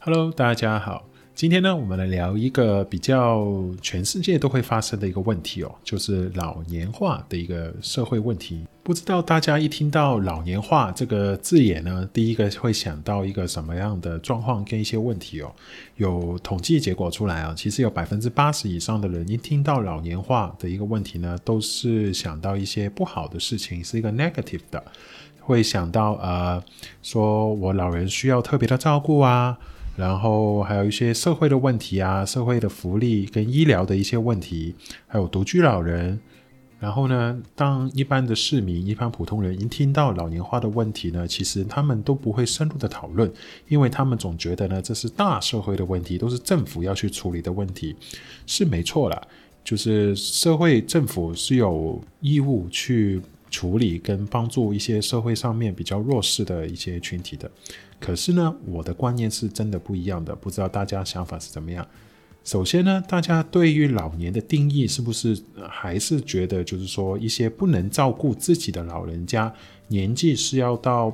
Hello， 大家好。今天呢，我们来聊一个比较全世界都会发生的一个问题就是老年化的一个社会问题。不知道大家一听到老年化这个字眼呢，第一个会想到一个什么样的状况跟一些问题有统计结果出来其实有 80% 以上的人一听到老年化的一个问题呢，都是想到一些不好的事情，是一个 negative 的，会想到说我老人需要特别的照顾然后还有一些社会的问题社会的福利跟医疗的一些问题，还有独居老人。然后呢，当一般的市民一般普通人一听到老年化的问题呢，其实他们都不会深入的讨论，因为他们总觉得呢，这是大社会的问题，都是政府要去处理的问题。是没错啦，就是社会政府是有义务去处理跟帮助一些社会上面比较弱势的一些群体的。可是呢，我的观念是真的不一样的，不知道大家想法是怎么样。首先呢，大家对于老年的定义是不是还是觉得就是说一些不能照顾自己的老人家，年纪是要到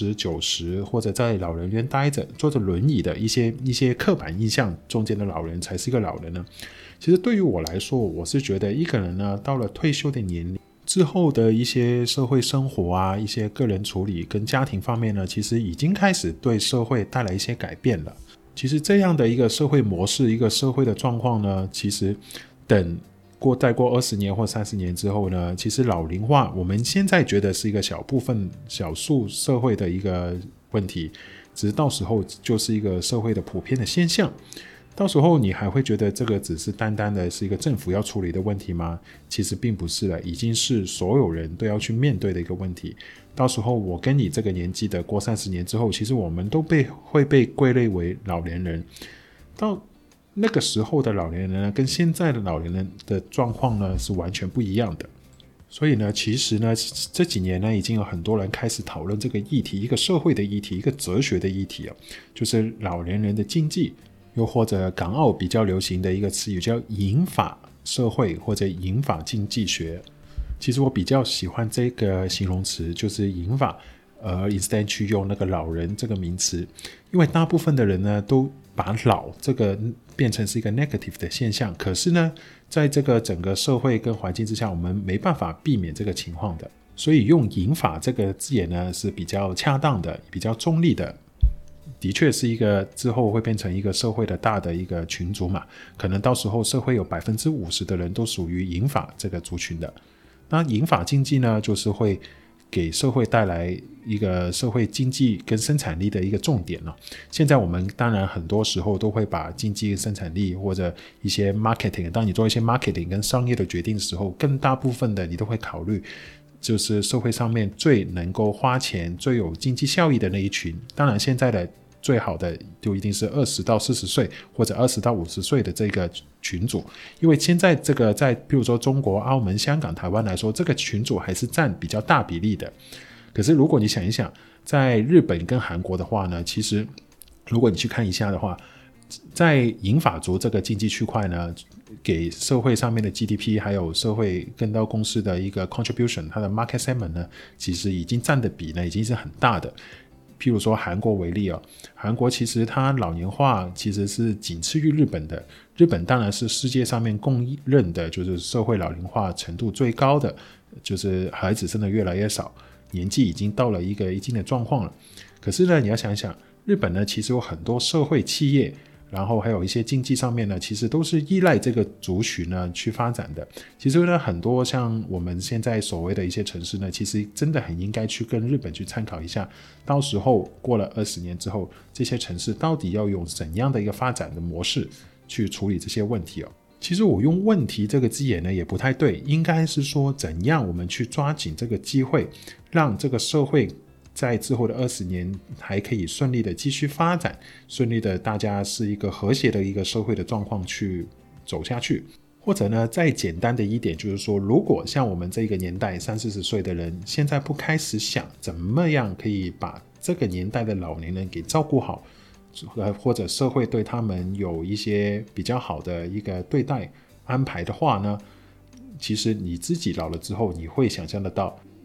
80、90或者在老人院待着坐着轮椅的一些刻板印象中间的老人才是一个老人呢？其实对于我来说，我是觉得一个人呢，到了退休的年龄之后的一些社会生活一些个人处理跟家庭方面呢，其实已经开始对社会带来一些改变了。其实这样的一个社会模式，一个社会的状况呢，其实再过20年或30年之后呢，其实老龄化我们现在觉得是一个少数社会的一个问题，只是到时候就是一个社会的普遍的现象。到时候你还会觉得这个只是单单的是一个政府要处理的问题吗？其实并不是了，已经是所有人都要去面对的一个问题。到时候我跟你这个年纪的过30年之后，其实我们都会被归类为老年人。到那个时候的老年人呢，跟现在的老年人的状况呢是完全不一样的。所以呢，其实呢，这几年呢，已经有很多人开始讨论这个议题，一个社会的议题，一个哲学的议题就是老年人的经济，又或者港澳比较流行的一个词语叫银发社会或者银发经济学。其实我比较喜欢这个形容词，就是银发instead 去用那个老人这个名词，因为大部分的人呢都把老这个变成是一个 negative 的现象，可是呢在这个整个社会跟环境之下，我们没办法避免这个情况的，所以用银发这个字眼呢是比较恰当的，比较中立的。的确是一个之后会变成一个社会的大的一个群组嘛，可能到时候社会有 50% 的人都属于银发这个族群的。那银发经济呢，就是会给社会带来一个社会经济跟生产力的一个重点现在我们当然很多时候都会把经济生产力或者一些 marketing， 当你做一些 marketing 跟商业的决定的时候，更大部分的你都会考虑就是社会上面最能够花钱最有经济效益的那一群。当然现在的最好的就一定是20到40岁或者20到50岁的这个群组，因为现在这个在比如说中国、澳门、香港、台湾来说，这个群组还是占比较大比例的。可是如果你想一想，在日本跟韩国的话呢，其实如果你去看一下的话，在银发族这个经济区块呢，给社会上面的 GDP 还有社会更多公司的一个 contribution， 它的 market segment 呢，其实已经占的比呢已经是很大的。譬如说韩国为例韩国其实它老年化其实是仅次于日本的，日本当然是世界上面公认的就是社会老龄化程度最高的，就是孩子生得越来越少，年纪已经到了一个一定的状况了。可是呢，你要想想，日本呢其实有很多社会企业，然后还有一些经济上面呢，其实都是依赖这个族群呢去发展的。其实呢，很多像我们现在所谓的一些城市呢，其实真的很应该去跟日本去参考一下，到时候过了20年之后，这些城市到底要用怎样的一个发展的模式去处理这些问题其实我用问题这个字眼呢也不太对，应该是说怎样我们去抓紧这个机会，让这个社会在之后的20年还可以顺利的继续发展，顺利的大家是一个和谐的一个社会的状况去走下去。或者呢，再简单的一点就是说，如果像我们这个年代30-40岁的人现在不开始想怎么样可以把这个年代的老年人给照顾好，或者社会对他们有一些比较好的一个对待安排的话呢，其实你自己老了之后，你会想象得到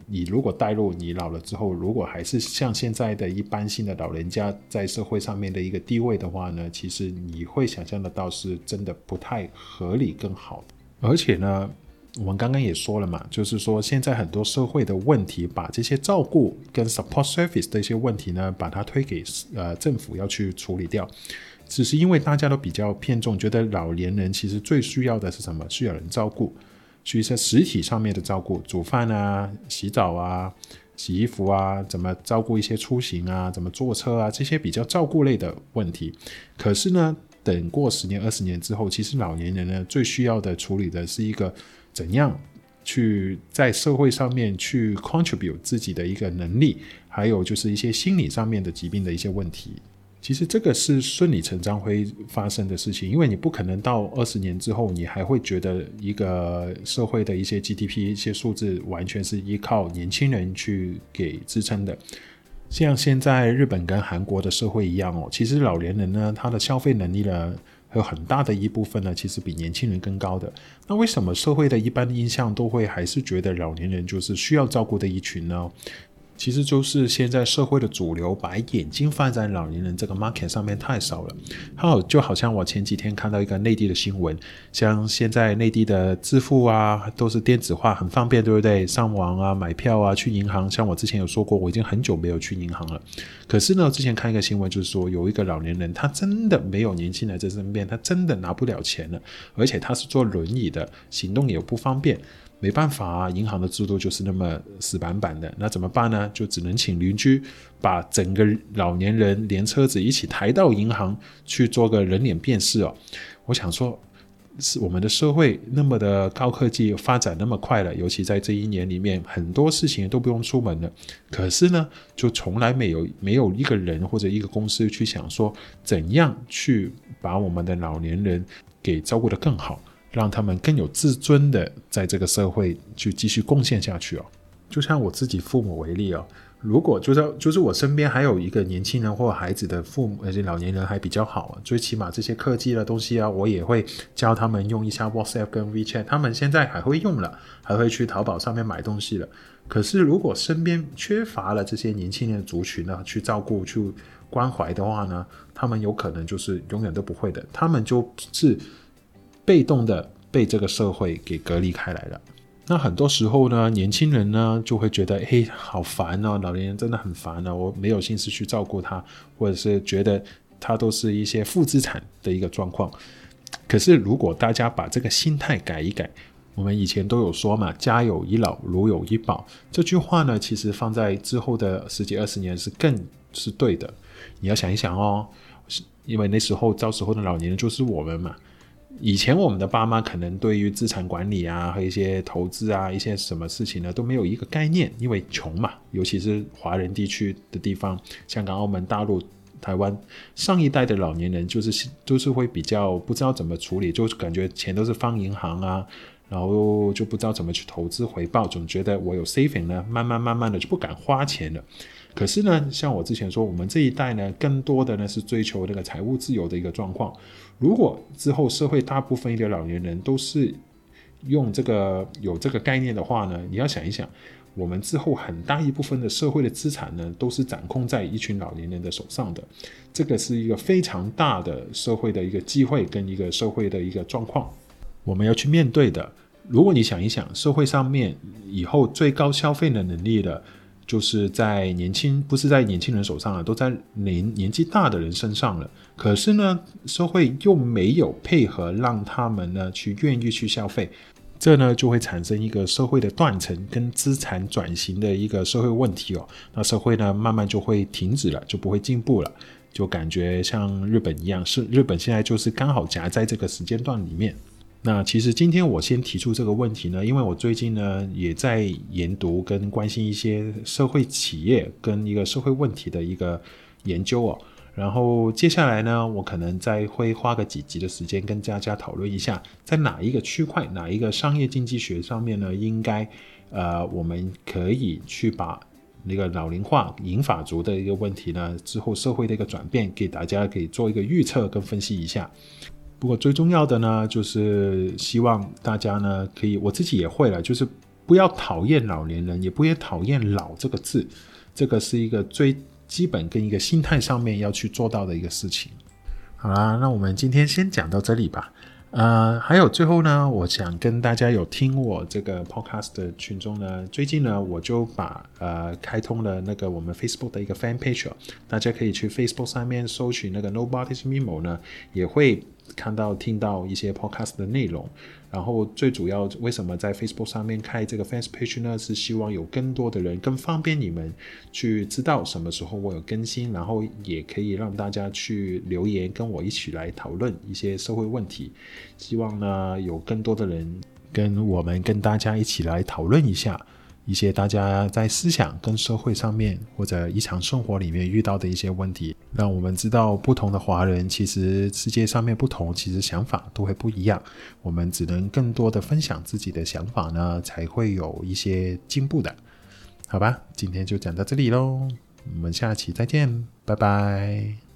你如果带入你老了之后，如果还是像现在的一般性的老人家在社会上面的一个地位的话呢，其实你会想象得到是真的不太合理更好的。而且呢，我们刚刚也说了嘛，就是说现在很多社会的问题，把这些照顾跟 support service 的一些问题呢，把它推给政府要去处理掉。只是因为大家都比较偏重，觉得老年人其实最需要的是什么？需要人照顾，需要实体上面的照顾，煮饭啊、洗澡啊、洗衣服啊，怎么照顾一些出行啊，怎么坐车啊，这些比较照顾类的问题。可是呢，等过10年、20年之后，其实老年人呢最需要的处理的是一个怎样去在社会上面去 contribute 自己的一个能力，还有就是一些心理上面的疾病的一些问题。其实这个是顺理成章会发生的事情，因为你不可能到20年之后，你还会觉得一个社会的一些 GDP 一些数字完全是依靠年轻人去给支撑的。像现在日本跟韩国的社会一样其实老年人呢，他的消费能力呢，有很大的一部分呢，其实比年轻人更高的。那为什么社会的一般的印象都会还是觉得老年人就是需要照顾的一群呢？其实就是现在社会的主流把眼睛放在老年人这个 market 上面太少了。就好像我前几天看到一个内地的新闻，像现在内地的支付啊都是电子化，很方便，对不对？上网啊、买票啊、去银行，像我之前有说过，我已经很久没有去银行了。可是呢，之前看一个新闻，就是说有一个老年人，他真的没有年轻人在身边，他真的拿不了钱了，而且他是坐轮椅的，行动也不方便。没办法啊，银行的制度就是那么死板板的，那怎么办呢？就只能请邻居把整个老年人连车子一起抬到银行去做个人脸辨识我想说，是我们的社会那么的高科技发展那么快了，尤其在这1年里面，很多事情都不用出门了。可是呢，就从来没有一个人或者一个公司去想说，怎样去把我们的老年人给照顾得更好，让他们更有自尊的在这个社会去继续贡献下去就像我自己父母为例如果就是我身边还有一个年轻人或孩子的父母，而且老年人还比较好最起码这些科技的东西我也会教他们用一下 WhatsApp 跟 WeChat， 他们现在还会用了，还会去淘宝上面买东西了。可是如果身边缺乏了这些年轻人的族群呢，去照顾去关怀的话呢，他们有可能就是永远都不会的，他们就是被动的被这个社会给隔离开来了。那很多时候呢，年轻人呢就会觉得好烦老年人真的很烦我没有心思去照顾他，或者是觉得他都是一些负资产的一个状况。可是如果大家把这个心态改一改，我们以前都有说嘛，家有一老如有一宝，这句话呢其实放在之后的10几20年是更是对的。你要想一想因为那时候到时候的老年人就是我们嘛，以前我们的爸妈可能对于资产管理啊和一些投资啊一些什么事情呢都没有一个概念，因为穷嘛，尤其是华人地区的地方，香港、澳门、大陆、台湾，上一代的老年人就是会比较不知道怎么处理，就感觉钱都是放银行然后就不知道怎么去投资回报，总觉得我有 saving 呢，慢慢的就不敢花钱了。可是呢，像我之前说，我们这一代呢，更多的呢是追求那个财务自由的一个状况。如果之后社会大部分的老年人都是有这个概念的话呢，你要想一想，我们之后很大一部分的社会的资产呢，都是掌控在一群老年人的手上的。这个是一个非常大的社会的一个机会跟一个社会的一个状况，我们要去面对的。如果你想一想，社会上面以后最高消费的能力的就是不是在年轻人手上了，都在年纪大的人身上了。可是呢，社会又没有配合让他们呢愿意去消费，这呢就会产生一个社会的断层跟资产转型的一个社会问题那社会呢慢慢就会停止了，就不会进步了，就感觉像日本一样，日本现在就是刚好夹在这个时间段里面。那其实今天我先提出这个问题呢，因为我最近呢也在研读跟关心一些社会企业跟一个社会问题的一个研究然后接下来呢，我可能再会花个几集的时间跟大家讨论一下，在哪一个区块哪一个商业经济学上面呢，应该我们可以去把那个老龄化银发族的一个问题呢，之后社会的一个转变给大家可以做一个预测跟分析一下。不过最重要的呢，就是希望大家呢可以，我自己也会了，就是不要讨厌老年人，也不要讨厌老这个字，这个是一个最基本跟一个心态上面要去做到的一个事情。好啦，那我们今天先讲到这里吧。还有最后呢，我想跟大家有听我这个 podcast 的群众呢，最近呢我就把开通了那个我们 Facebook 的一个 fan page，大家可以去 Facebook 上面搜取那个 Nobody's Memo 呢，也会看到听到一些 podcast 的内容。然后最主要为什么在 Facebook 上面开这个 fans page 呢，是希望有更多的人，更方便你们去知道什么时候我有更新，然后也可以让大家去留言跟我一起来讨论一些社会问题。希望呢有更多的人跟大家一起来讨论一下一些大家在思想跟社会上面或者日常生活里面遇到的一些问题，让我们知道不同的华人其实世界上面不同，其实想法都会不一样，我们只能更多的分享自己的想法呢，才会有一些进步的。好吧，今天就讲到这里咯，我们下期再见，拜拜。